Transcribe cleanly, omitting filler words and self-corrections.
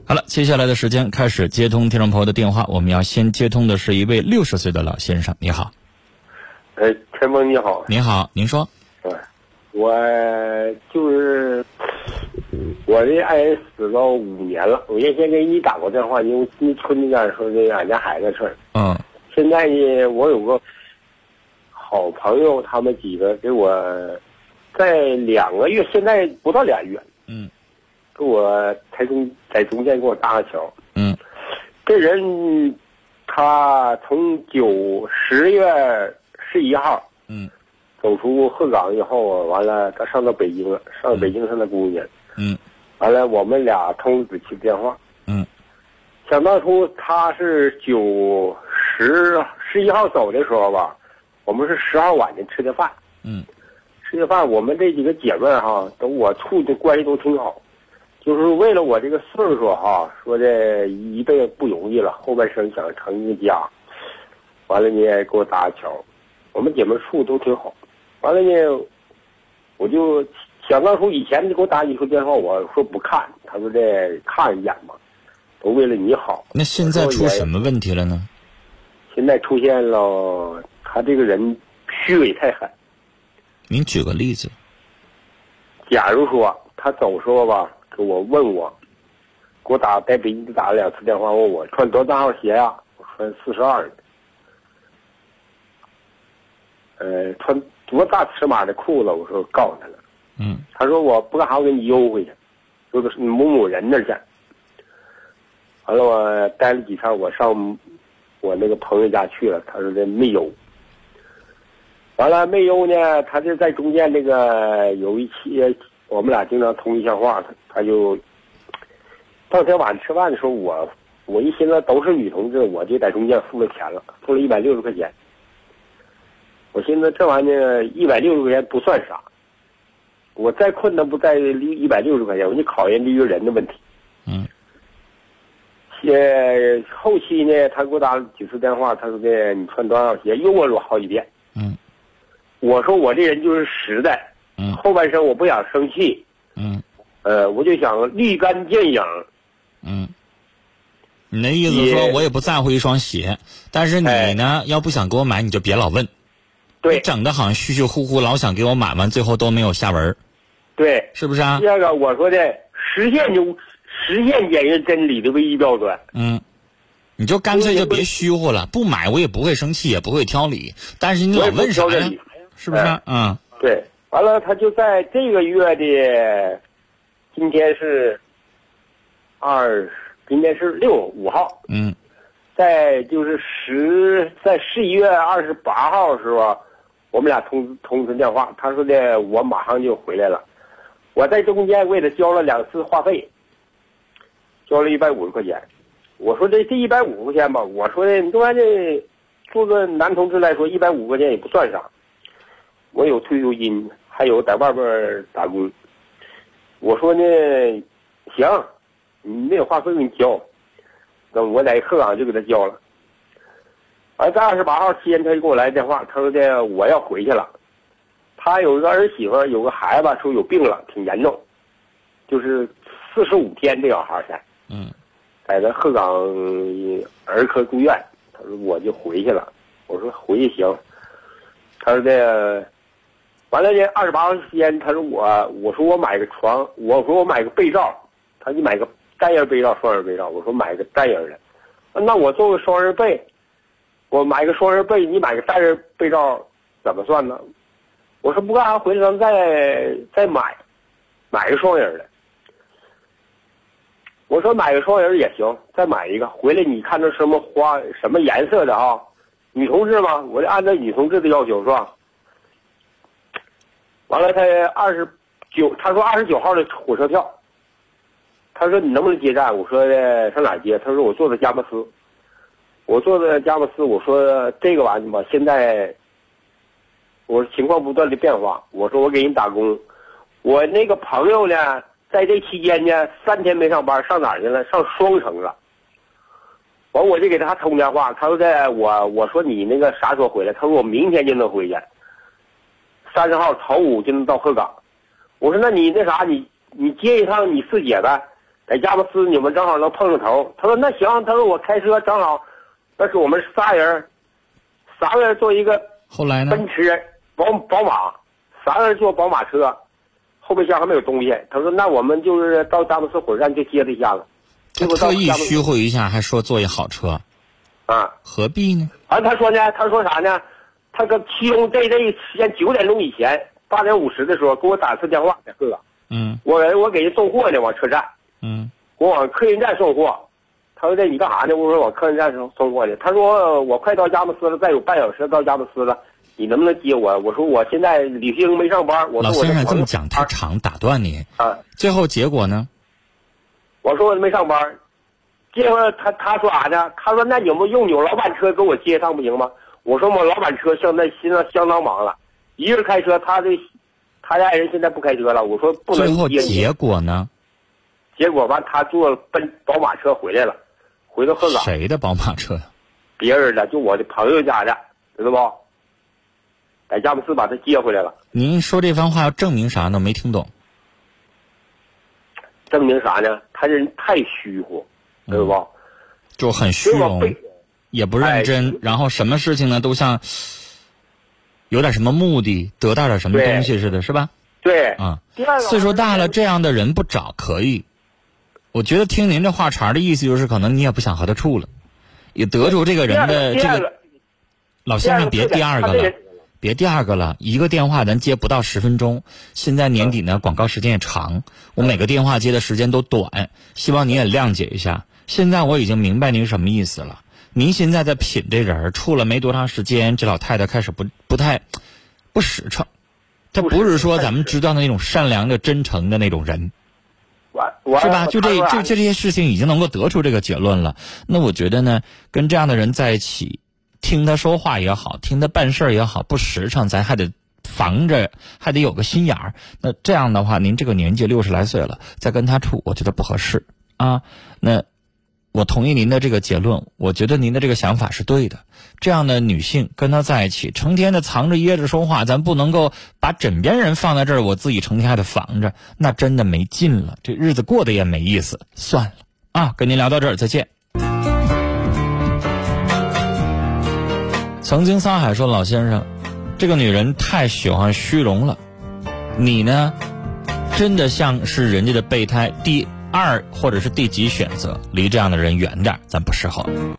好了，接下来的时间开始接通听众朋友的电话，我们要先接通的是一位60岁的老先生。你好。 陈峰你好。 你好，您说。 我就是我的爱人死了5年了，我原先给你打过电话，因为你村里边说这俺家孩子的事儿。现在呢，我有个好朋友，他们几个给我在2个月，现在不到2月，给我在中间给我搭个桥。这人他从10月11号，走出鹤岗以后，完了他上到北京了，上北京上那姑娘，完了我们俩通子期电话，想当初他是11号走的时候吧，我们是10号晚上吃的饭，吃的饭我们这几个姐妹哈，我处的关系都挺好，就是为了我这个岁数哈，说这一辈子不容易了，后半生想成一个家，完了呢给我搭桥，我们姐妹处都挺好，完了呢我就想当初以前你给我打一通电话，我说不看，他说这看一眼嘛，都为了你好。 那现在出什么问题了呢？ 现在出现了他这个人虚伪太狠。 您举个例子。 假如说他走时候吧，给我问我，给我在北京打了2次电话，问我穿多大号鞋呀？我穿42的。穿多大尺码的裤子？我说告诉他了。他说我不干啥，我给你邮回去，就是某某人那儿去。完了我待了几天，我上我那个朋友家去了，他说这没邮。完了没邮呢，他就在中间这个有一期我们俩经常通一下话，他就当天晚上吃饭的时候，我一寻思都是女同志，我就在中间付了钱了，付了160块钱。我寻思这玩意儿160块钱不算啥，我再困难不在160块钱，我就考验这个人的问题。后期呢，他给我打了几次电话，他说的你穿多少鞋，又问我好几遍。我说我这人就是实在，后半生我不想生气，我就想立竿见影。 你的意思说我也不在乎一双鞋，但是你呢，要不想给我买，你就别老问。 对， 你整的好像虚虚乎乎，老想给我买完，最后都没有下文。 对， 是不是啊？ 第二个，我说的实现检验真理的唯一标准。 你就干脆就别虚乎了，不买我也不会生气，也不会挑理，但是你老问啥呀？是不是？ 对。完了，他就在这个月的，今天是5号。在11月28号的时候，我们俩通次电话，他说的我马上就回来了。我在中间为他交了2次话费，交了150块钱。我说这150块钱吧，我说的你说这做个男同志来说，150块钱也不算啥。我有退休金，还有在外边打工。我说呢，行，你没有话费给你交。那我在鹤岗就给他交了。完在28号期间，他就给我来电话，他说的我要回去了。他有一个儿媳妇，有个孩子说有病了，挺严重，就是45天这小孩才。在那鹤岗儿科住院，他说我就回去了。我说回去行。他说的，完了这28号期间，他说我说我买个床，我说我买个被罩，他就买个单人被罩、双人被罩。我说买个单人的，那我做个双人被，我买个双人被，你买个单人被罩怎么算呢？我说不干啥，回来咱们再买个双人的。我说买个双人也行，再买一个回来，你看这什么花什么颜色的啊？女同志嘛，我就按照女同志的要求是吧？完了他他说29号的火车票，他说你能不能接站？我说上哪接？他说我坐的佳木斯。我坐的佳木斯，我说这个玩意吧，现在我说情况不断的变化，我说我给你打工，我那个朋友呢，在这期间呢3天没上班，上哪儿去了？上双城了。完我就给他通电话，他说的我说你那个啥时候回来？他说我明天就能回去，30号头5就能到鹤岗。我说那你那啥，你接一趟你四姐呗。 在佳木斯你们正好能碰上头。他说那行，他说我开车正好，那是我们仨人坐一个后来呢？ 奔驰宝马，3个人坐宝马车，后备箱还没有东西。他说那我们就是到佳木斯火车站就接他一下子。 他特意虚乎一下，还说坐一好车， 啊， 何必呢？ 他说呢，他说啥呢？他搁其中这时间9点钟以前8点50的时候给我打次电话，在鹤岗。我给人送货呢，往车站。我往客运站送货。他说：“这你干啥呢？”我说：“往客运站送货去。”他说：“我快到佳木斯了，再有半小时到佳木斯了，你能不能接我？”我说：“我现在旅行没上班。”我说：“ 老先生这么讲太长，打断你。最后结果呢？ 我说我没上班。结果他说啥呢？他说：“那你们用你老板车给我接一趟不行吗？”我说：“我老板车现在相当忙了，一人开车，他的爱人现在不开车了。”我说：“不能接。” 最后结果呢？ 结果完，他坐宝马车回来了，回到鹤岗。 谁的宝马车呀？ 别人的，就我的朋友家的，知道不？在佳木斯把他接回来了。 您说这番话要证明啥呢？没听懂。 证明啥呢？他这人太虚乎，知道不？ 就很虚荣，也不认真，然后什么事情呢都像有点什么目的，得到点什么东西似的，是吧？ 对。 岁数大了，这样的人不找可以。我觉得听您这话茬的意思就是，可能你也不想和他处了，也得出这个人的这个。老先生，别第二个了，一个电话咱接不到10分钟。现在年底呢，广告时间也长，我每个电话接的时间都短，希望你也谅解一下。现在我已经明白您什么意思了。您现在在品这人，处了没多长时间，这老太太开始不太不实诚，她不是说咱们知道的那种善良的、真诚的那种人。是吧？就这些事情已经能够得出这个结论了。那我觉得呢，跟这样的人在一起，听他说话也好，听他办事也好，不实诚，咱还得防着，还得有个心眼儿。那这样的话，您这个年纪60来岁了，再跟他处，我觉得不合适啊。那我同意您的这个结论，我觉得您的这个想法是对的。这样的女性跟他在一起，成天的藏着掖着说话，咱不能够把枕边人放在这儿，我自己成天还得防着，那真的没劲了，这日子过得也没意思。算了啊，跟您聊到这儿，再见。曾经沧海说，老先生，这个女人太喜欢虚荣了，你呢，真的像是人家的备胎，第2或者是第几选择，离这样的人远点，咱不适合。